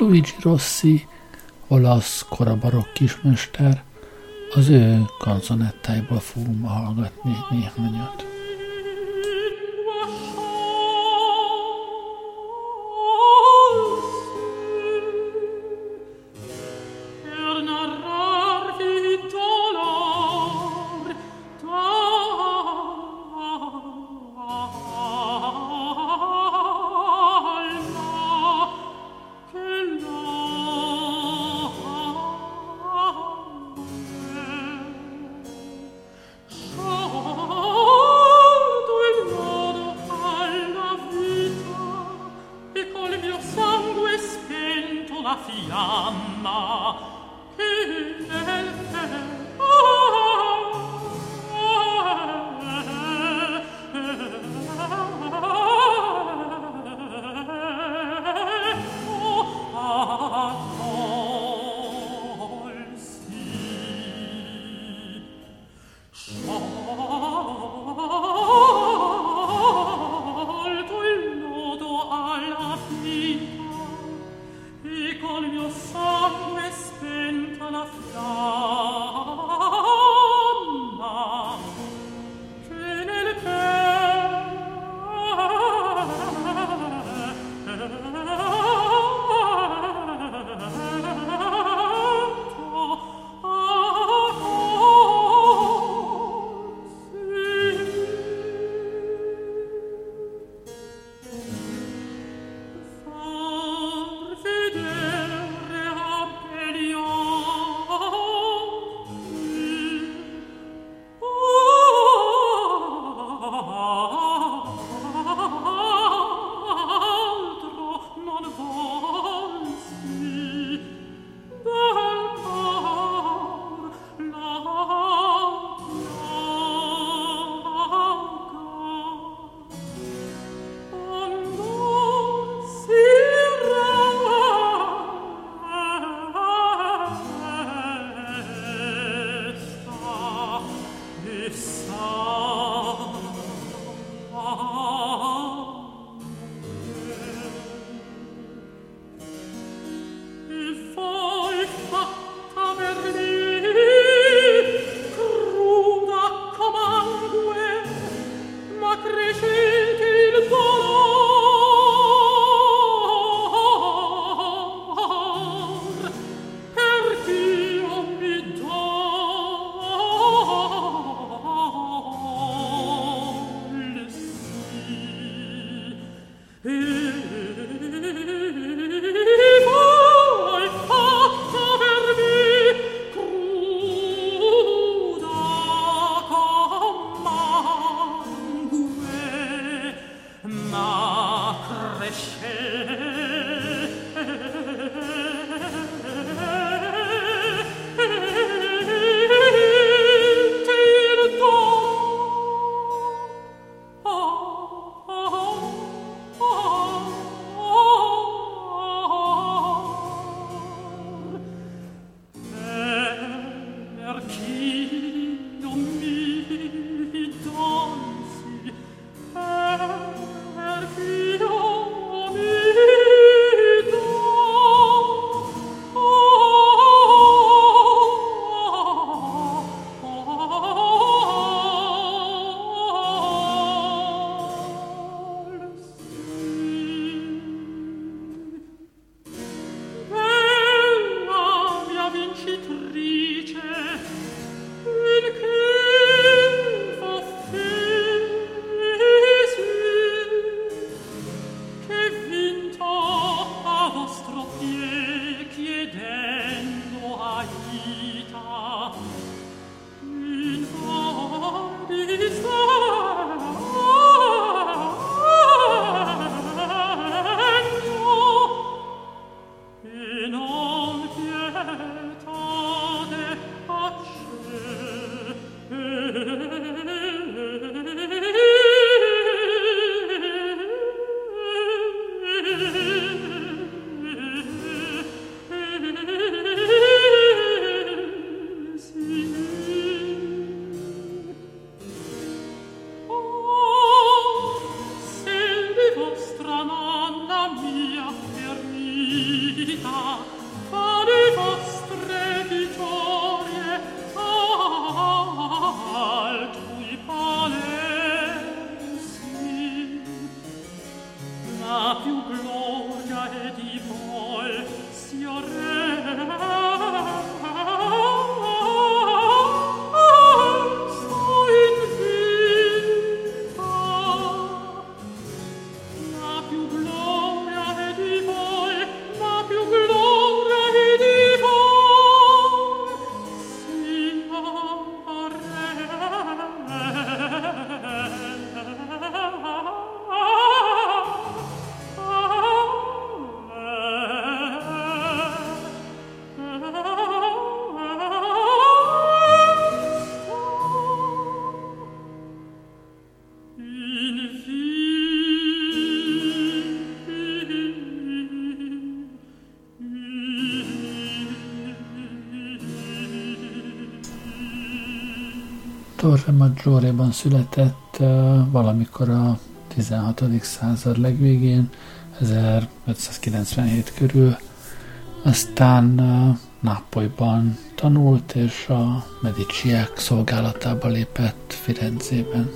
Luigi Rossi, olasz korabarokk kismester, az ő kanzonettáiból fogunk ma hallgatni néhányat. Torre Maggiore-ban született valamikor a 16. század legvégén, 1597 körül, aztán Nápolyban tanult, és a Mediciek szolgálatába lépett Firenzében.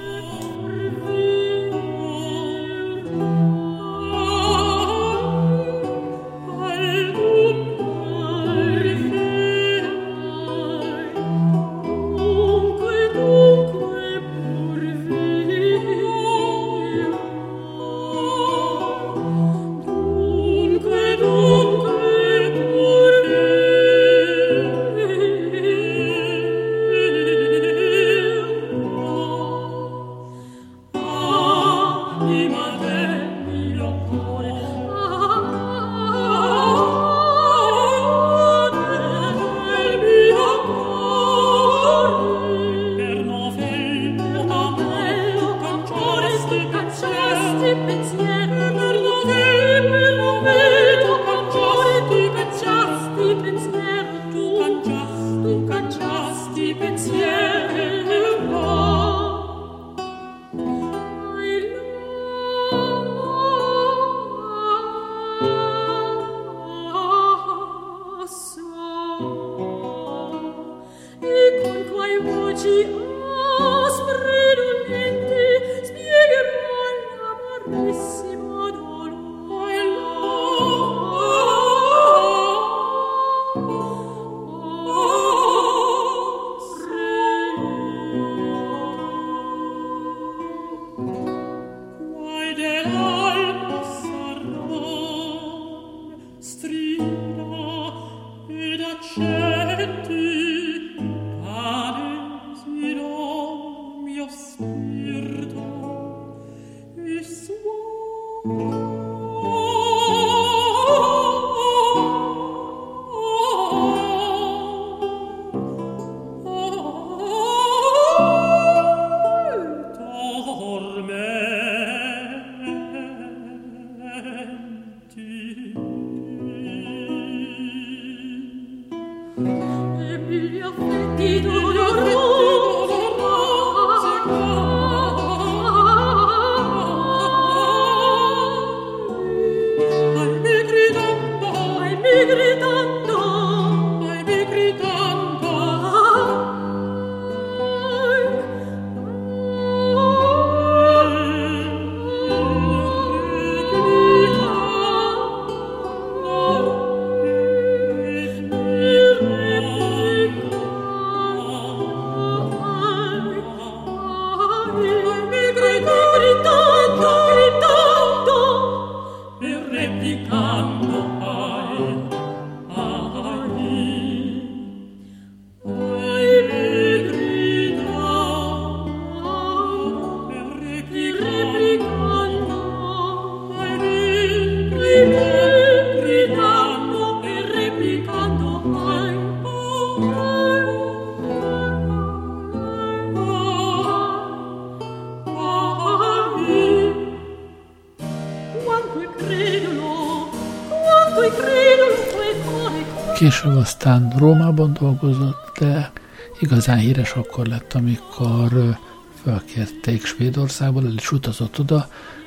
Később aztán Rómában dolgozott, de igazán híres akkor lett, amikor fölkérték Svédországból, el is utazott oda,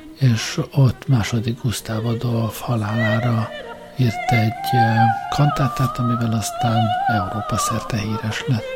és ott második Gusztáv Adolf halálára írt egy kantátát, amivel aztán Európa szerte híres lett.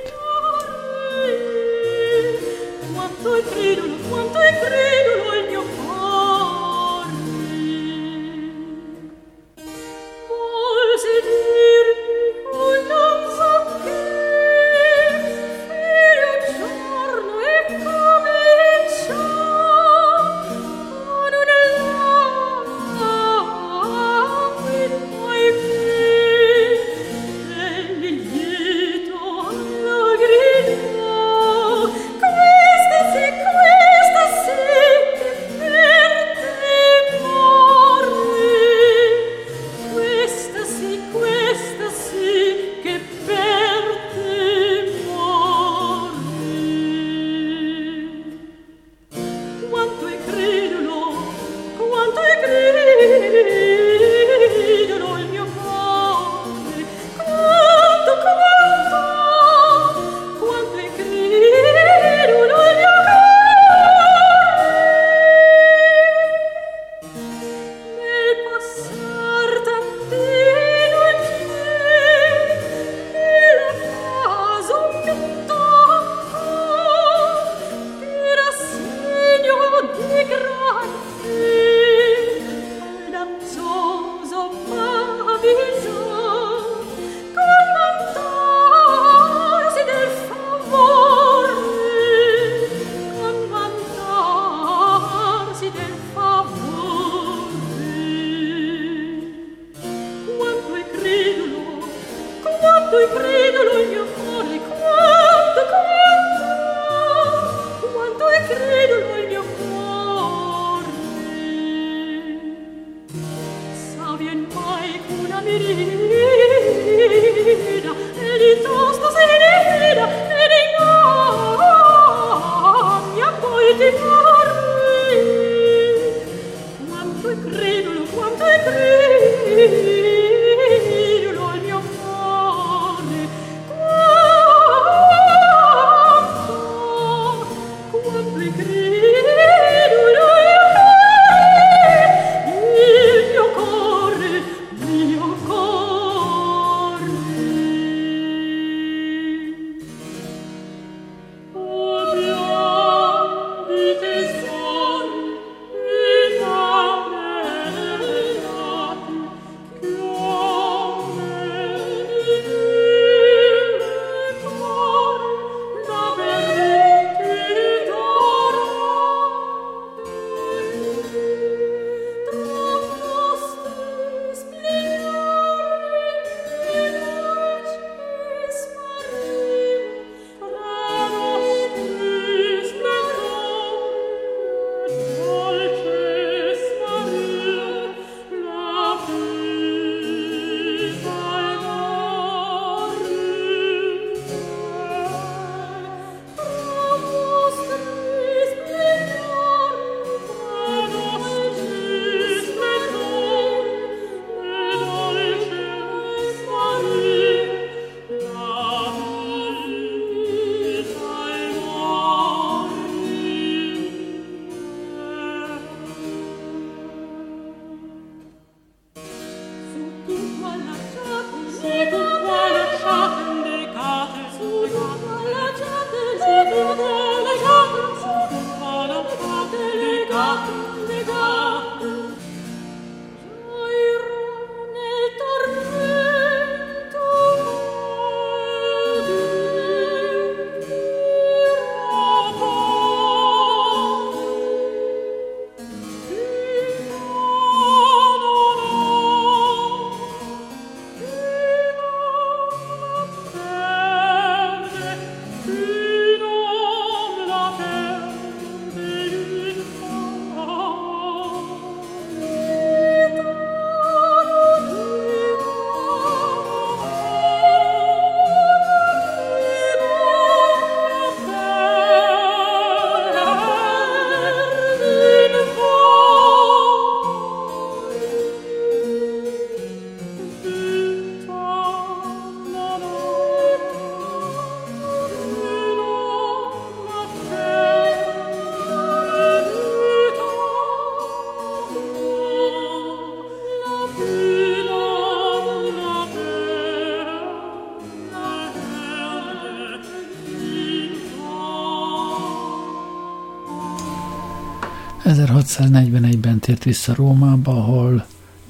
1641-ben tért vissza Rómába, ahol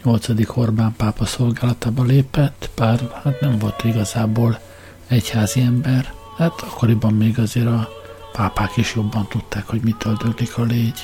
8. Orbán pápa szolgálatába lépett, bár hát nem volt igazából egyházi ember. Hát akkoriban még azért a pápák is jobban tudták, hogy mitől döglik a légy.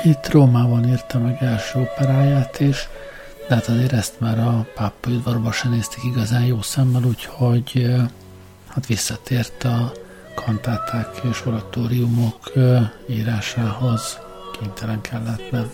Itt Rómában írta meg első operáját is, de hát azért ezt már a pápa udvarban se nézték igazán jó szemmel, úgyhogy hát visszatért a kantáták és oratóriumok írásához, kénytelen kellett, nem?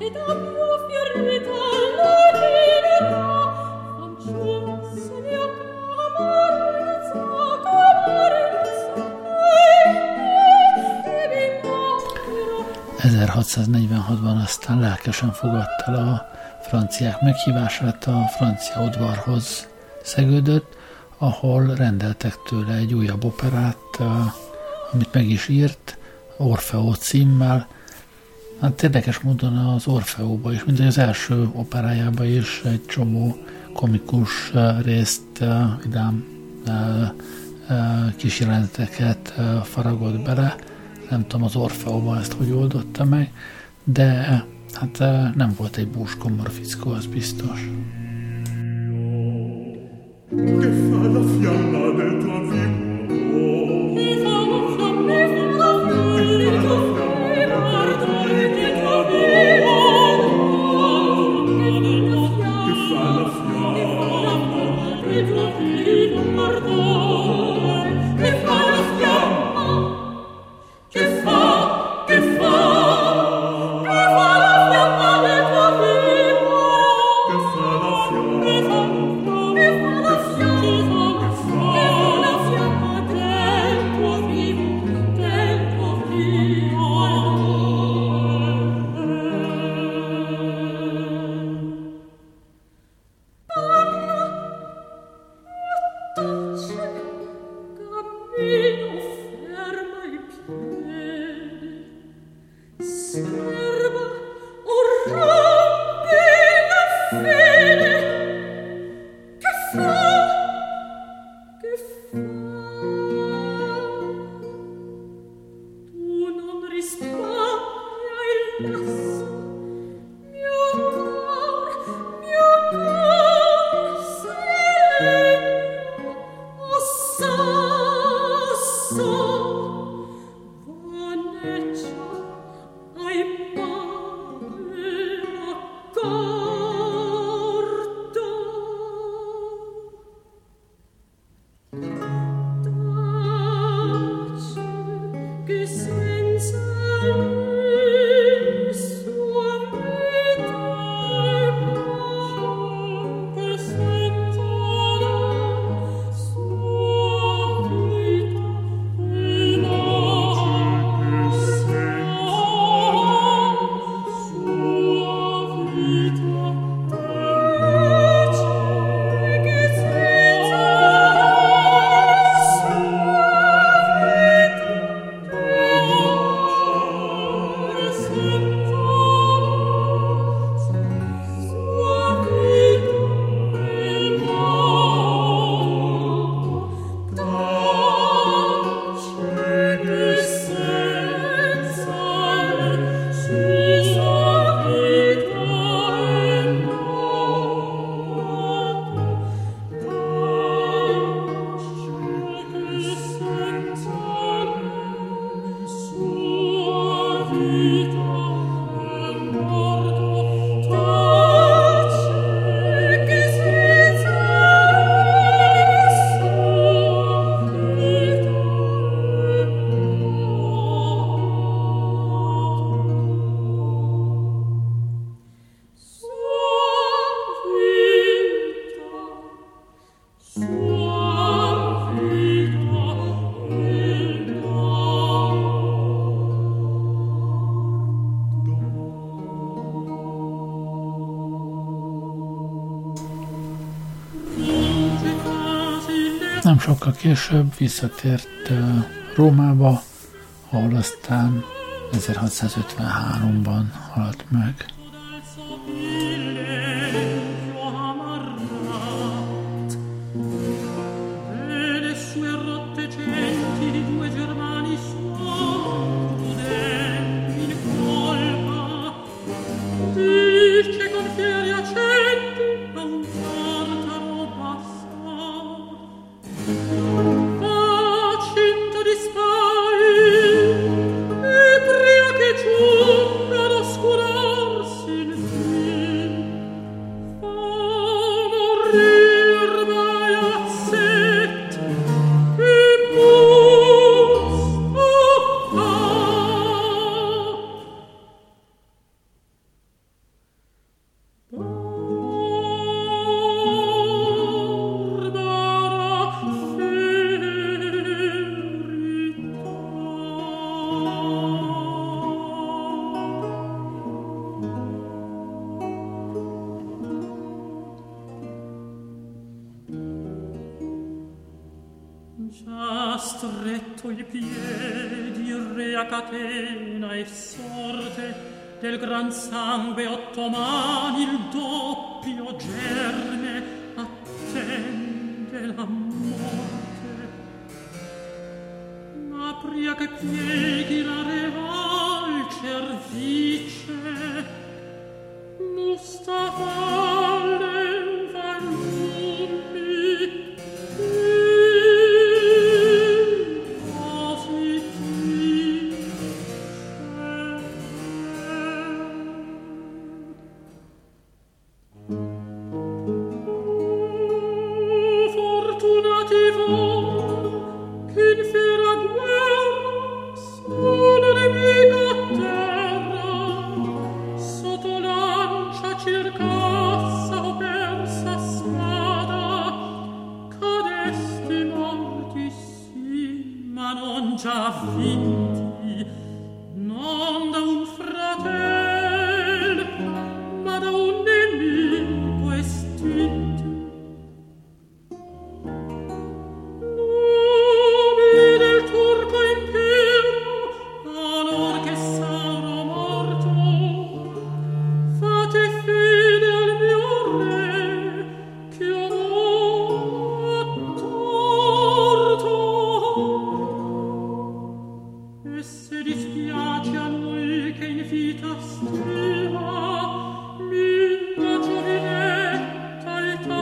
...1646-ban aztán lelkesen fogadta el a franciák meghívását, a francia udvarhoz szegődött, ahol rendeltek tőle egy újabb operát, amit meg is írt, Orfeó címmel. Hát érdekes módon az Orfeóba is, mint az első operájába is egy csomó komikus részt, vidám kis jeleneteket faragott bele. Nem tudom, az Orfeóban ezt hogy oldotta meg, de hát nem volt egy búskomor fickó, az biztos. Che fa la fiamma del tuo vivo? Che fa la fiamma del tuo vivo? Che fa la fiamma del tuo vivo? Che fa la fiamma? Che fa? Che fa? Che fa la fiamma del tuo vivo? Che fa la fiamma? Nem sokkal később visszatért Rómába, ahol aztán 1653-ban halt meg. Oscurarsi via catena e sorte del gran sangue ottomani il doppio germe attende la morte. Ma pria che pieghi la real cervice, Mustafa leva lumi, già finti, non da un fratel, ma da un nemico estinti. Nubi del turco impero, allor che Sauro morto, fate fede al mio re, che ho torto. E se dispiace a noi che in vita stima mia giovinetta età,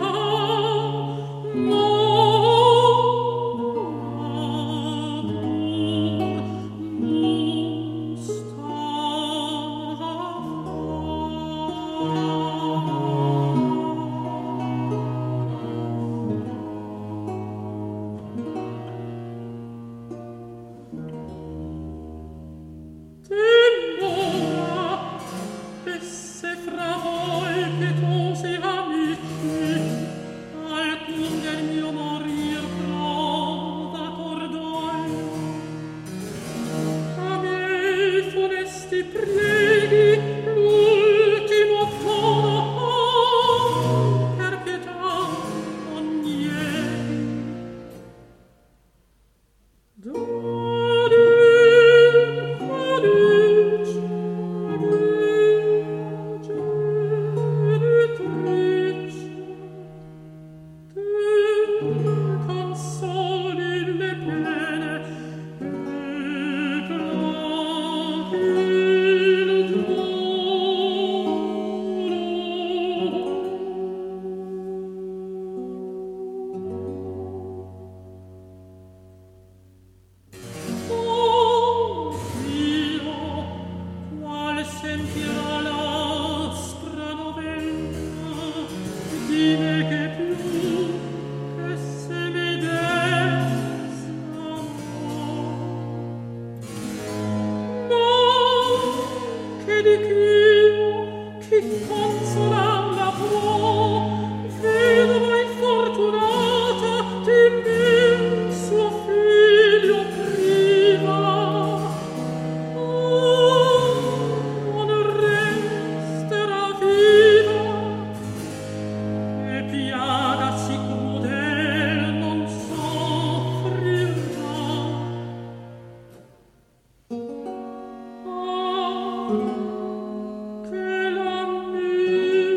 che la mia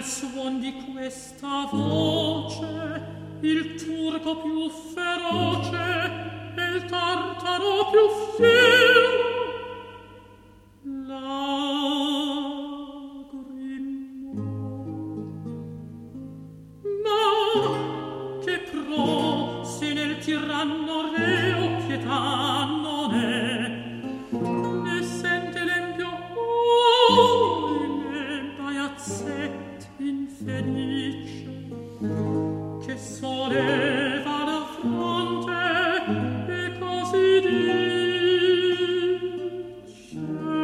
nel suon di questa voce il turco più feroce e il tartaro più fiero lagrimò. Ma che pro se nel tiranno reo pietà non è, ne sente l'empio ne paiazzet infelice che soleva la fronte e così dice: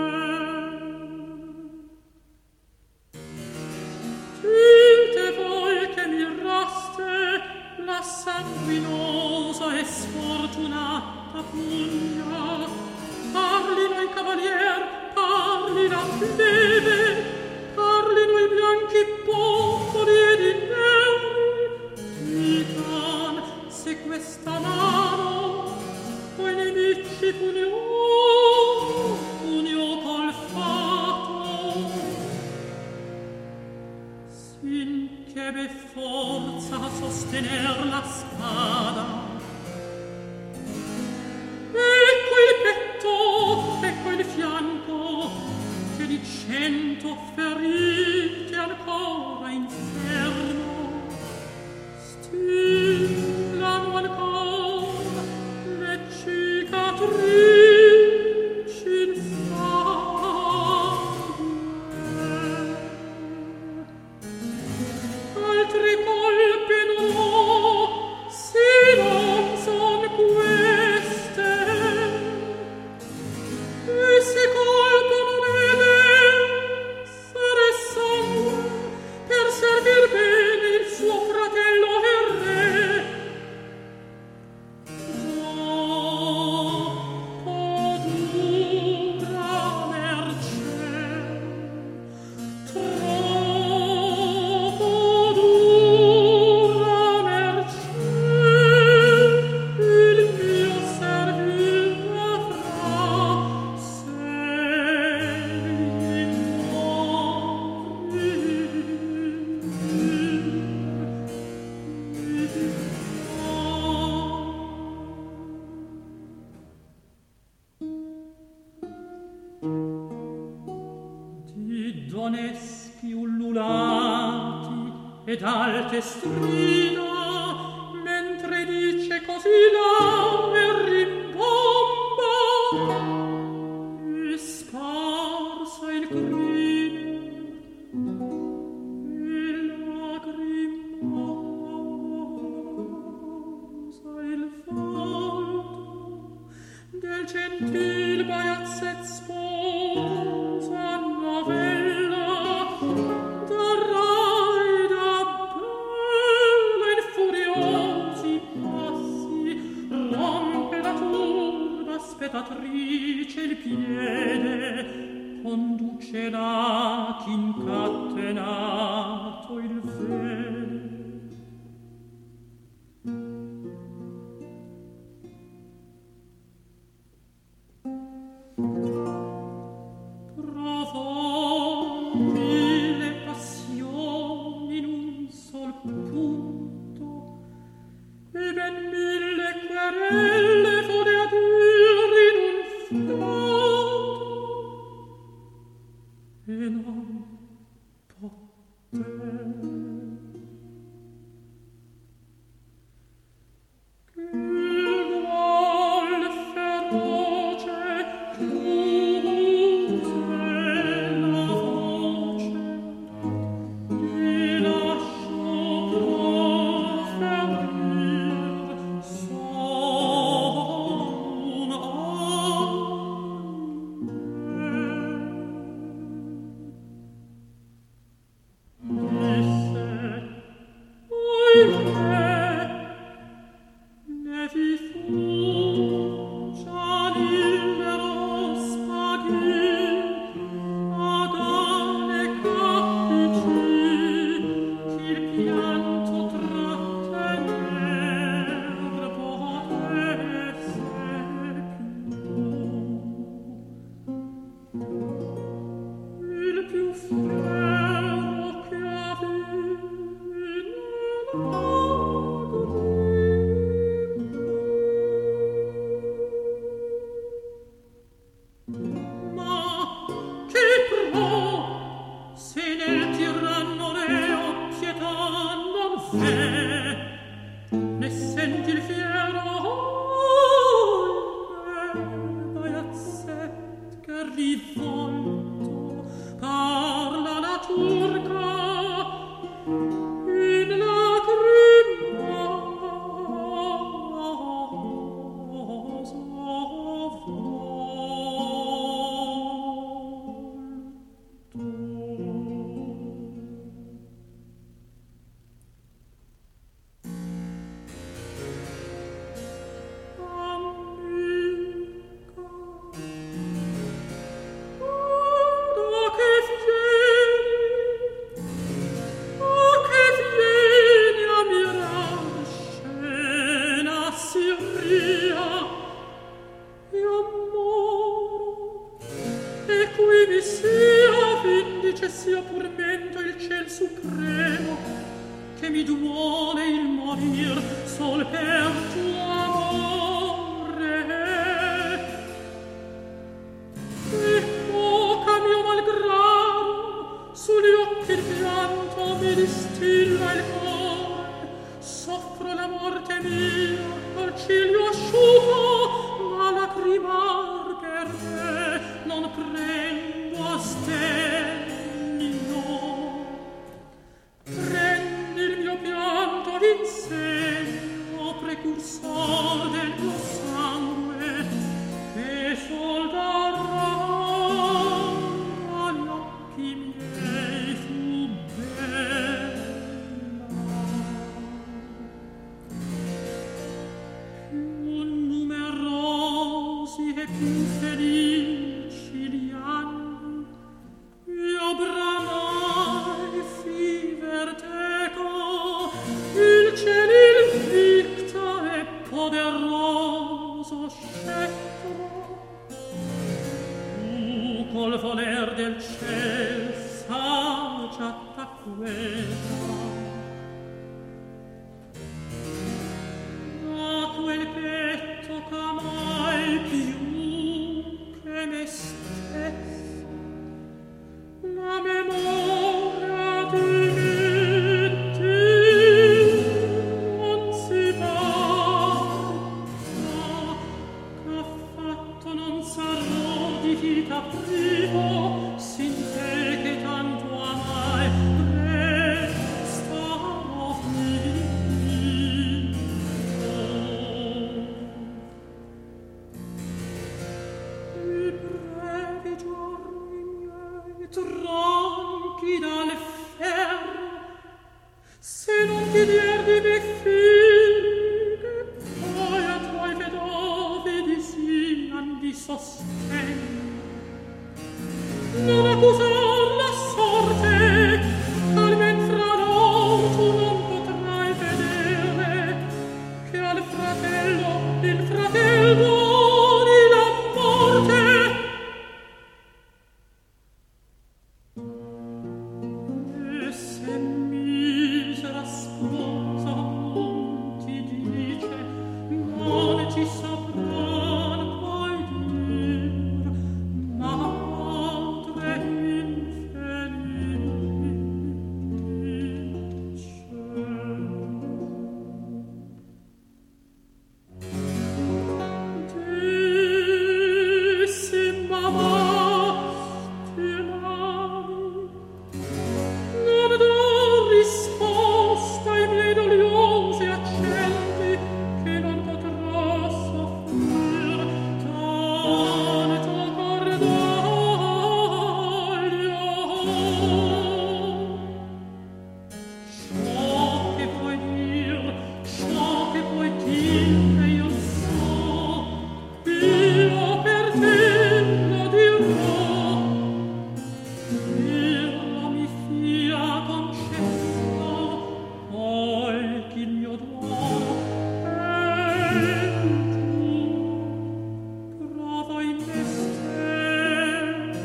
dite voi che miraste la sanguinosa e sfortunata pugna, parlino i cavalier, parli la plebe, parlino i bianchi popoli ed i neri, dican se questa mano coi nemici pugnò col fato, sin che ebbe forza a sostener la spada. Ecco il petto, ecco il fianco, che di 100 ferite ancora inferno stillano ancora le cicatrici infame. Altri colpi non ho, sì non son queste, e se colpo non essere sangue per servir bene il suo fratello e re, troppo dura mercé, troppo dura mercé, il mio servir avrà se egli di doneschi ullulati ed alte strida, mentre dice così là e rimbomba, e sparsa il grino e lagrimosa il volto del gentil baiazzet sposa novella, da raida bella in furiosi passi rompe la turba spettatrice il piede, conduce là incatenato il velo. Provò mille passioni in un sol punto, e ben mille querelle volea dir in un fiato, e non poté. Che vuol feroce chiuse la voce e lasciò proferir son disse: oimè, ne vi fuggian illero spaghi, agane cappici, chi il pianto trattener potesse più. Il più fiero che aveva sia pur mento il ciel supremo, che mi duole il morir sol per tuo amore. E poca mio malgrado sugli occhi il pianto mi distilla il cuore, soffro la morte mia al ciglio asciuto, ma lacrimar per me non prendo a stegno. Prendi il mio pianto d'insegno, precursor del mio sangue, che sol darà agli occhi miei fu bella. Più numerosi e più felici gli anni, io bramai fiver teco, il ciel il victa e poderoso scettro. Tu col voler del ciel saggia t'acqueta, a quel petto c'amai più che me stesso, la memoria di te non si basta, che fatto non sarò di vita privo, sin te che tanto amai restarò vivo. I brevi giorni miei tronchi dal ferro, se non ti dier di me figli, che poi a tuoi vedovi disian di sostegno. Non accusar la sorte, almen fra loro tu non potrai vedere, che al fratello il fratello di la morte. E se misera sposa non ti dice, non ci sapran poi dir, madre infelice. Dissi mamma, stienami, non do risposta ai miei doliosi accenti, che non potrò soffrir tanto cordoglio. Ciò che puoi dir, ciò che puoi dire, io so, io per te lo dirò. Dirlo mi fia concesso, poi che il mio duolo e tu provo in me stesso.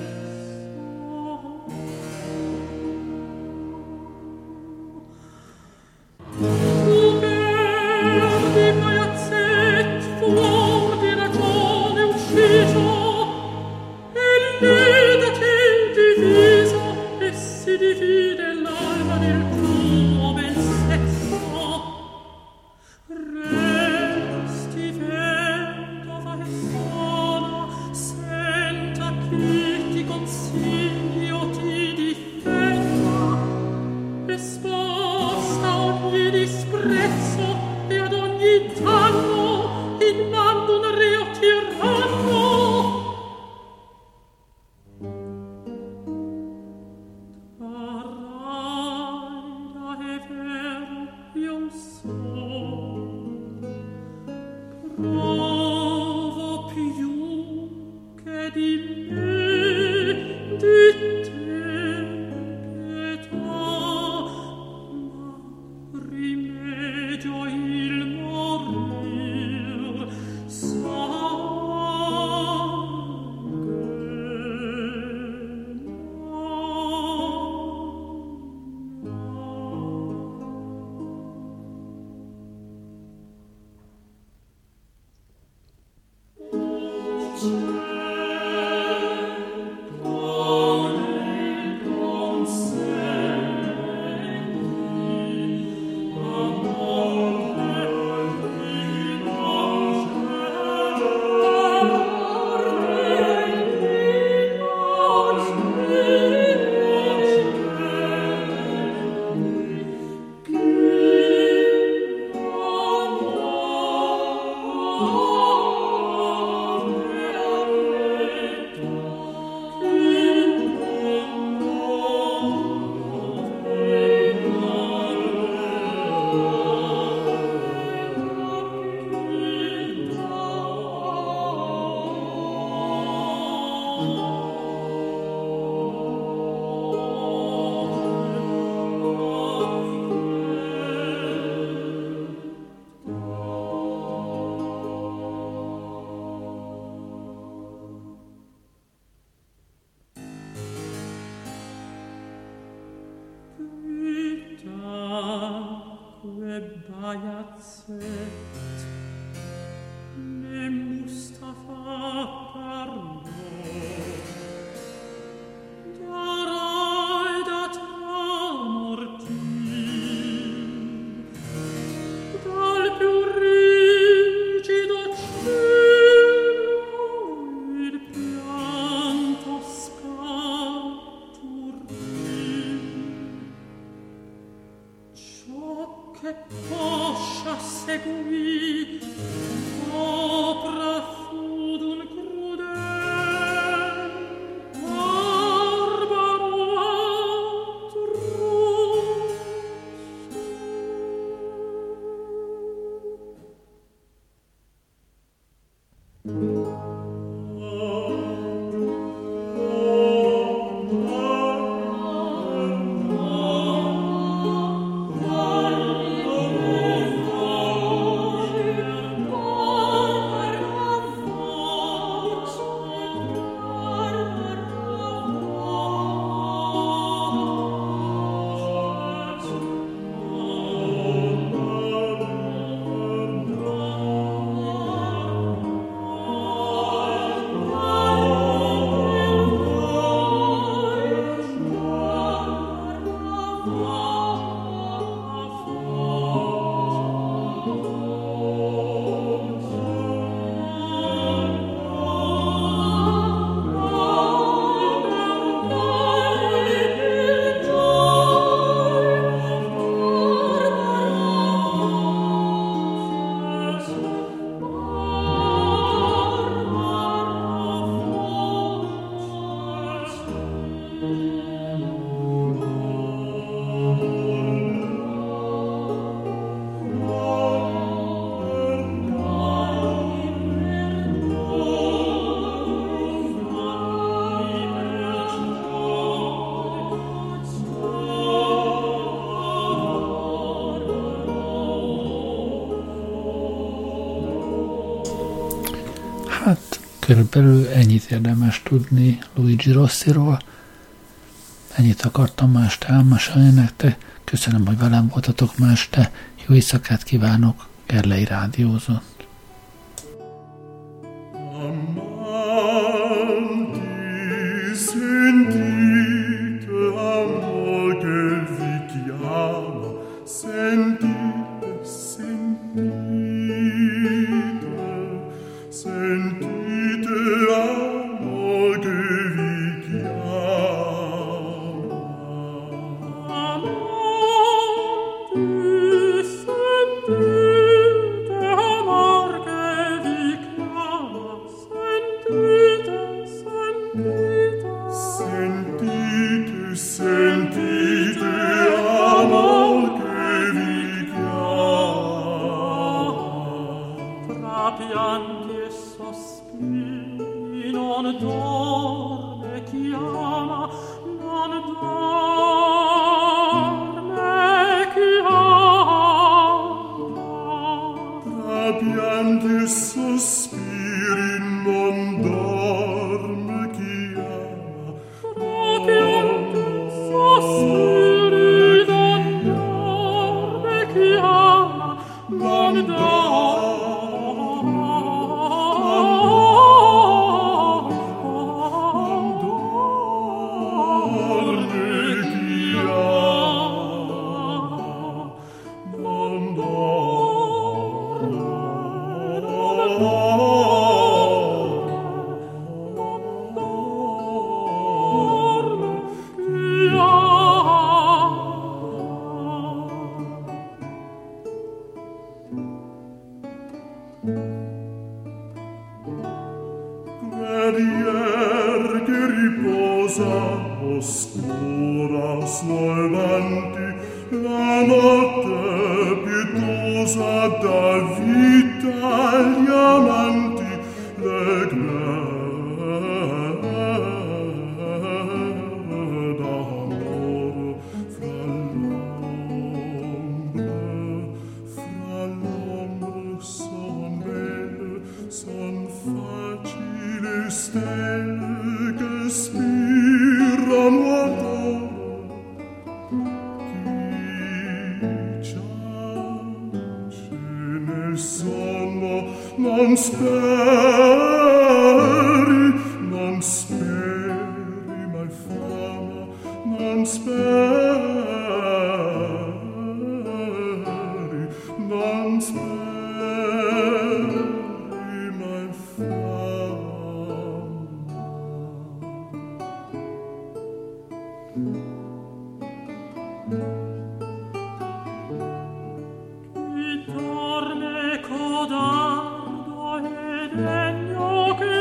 Tu perdi pagliazzetto, fuor di ragione ucciso, e lì da te diviso, e si divide l'alma del tuo bel sesso. Resti vedova e sola, senta chi ti consigli o ti difenda, esposta ogni disprezzo e ad ogni danno, in man d'un reo tiranno. Tarai Körülbelül ennyit érdemes tudni Luigi Rossiról. Ennyit akartam ma este elmesélni nektek. Köszönöm, hogy velem voltatok ma este. Jó éjszakát kívánok, Gerlei rádiózott. non speri, non speri, mai fama, non speri, non speri, mai Chi torne codardo e degno che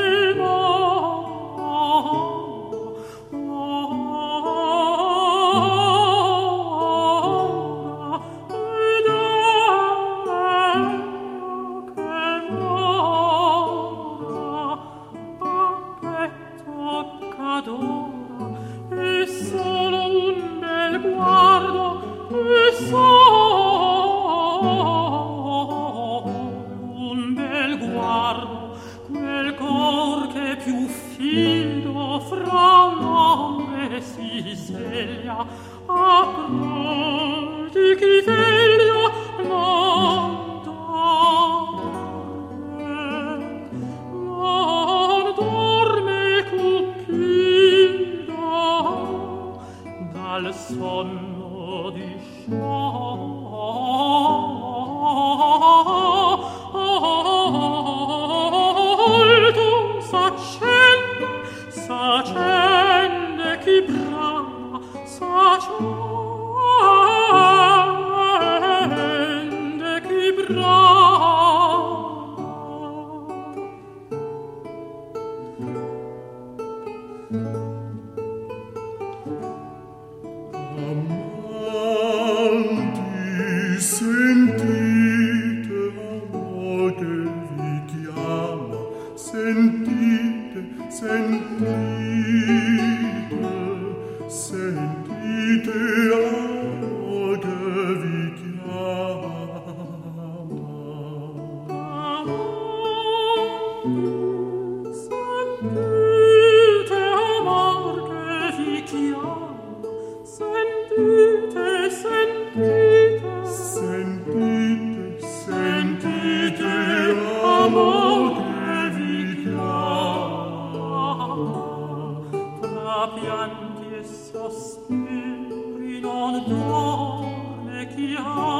e solo un bel guardo, e solo un bel guardo, quel cor che più fido fra l'amore si sveglia, a pronti chi veglia non dorme Cupido dal sonno disciolto s'accende chi brama, s'accende chi brama. Amanti, sentite l'amor che vi chiama, sentite, sentite, sentite l'amor che vi chiama. Sentite amor che vi chiama, sentite, sentite, Sentite, sentite l'amor che vi chiama. tra pianti e sospiri non dorme chi ama.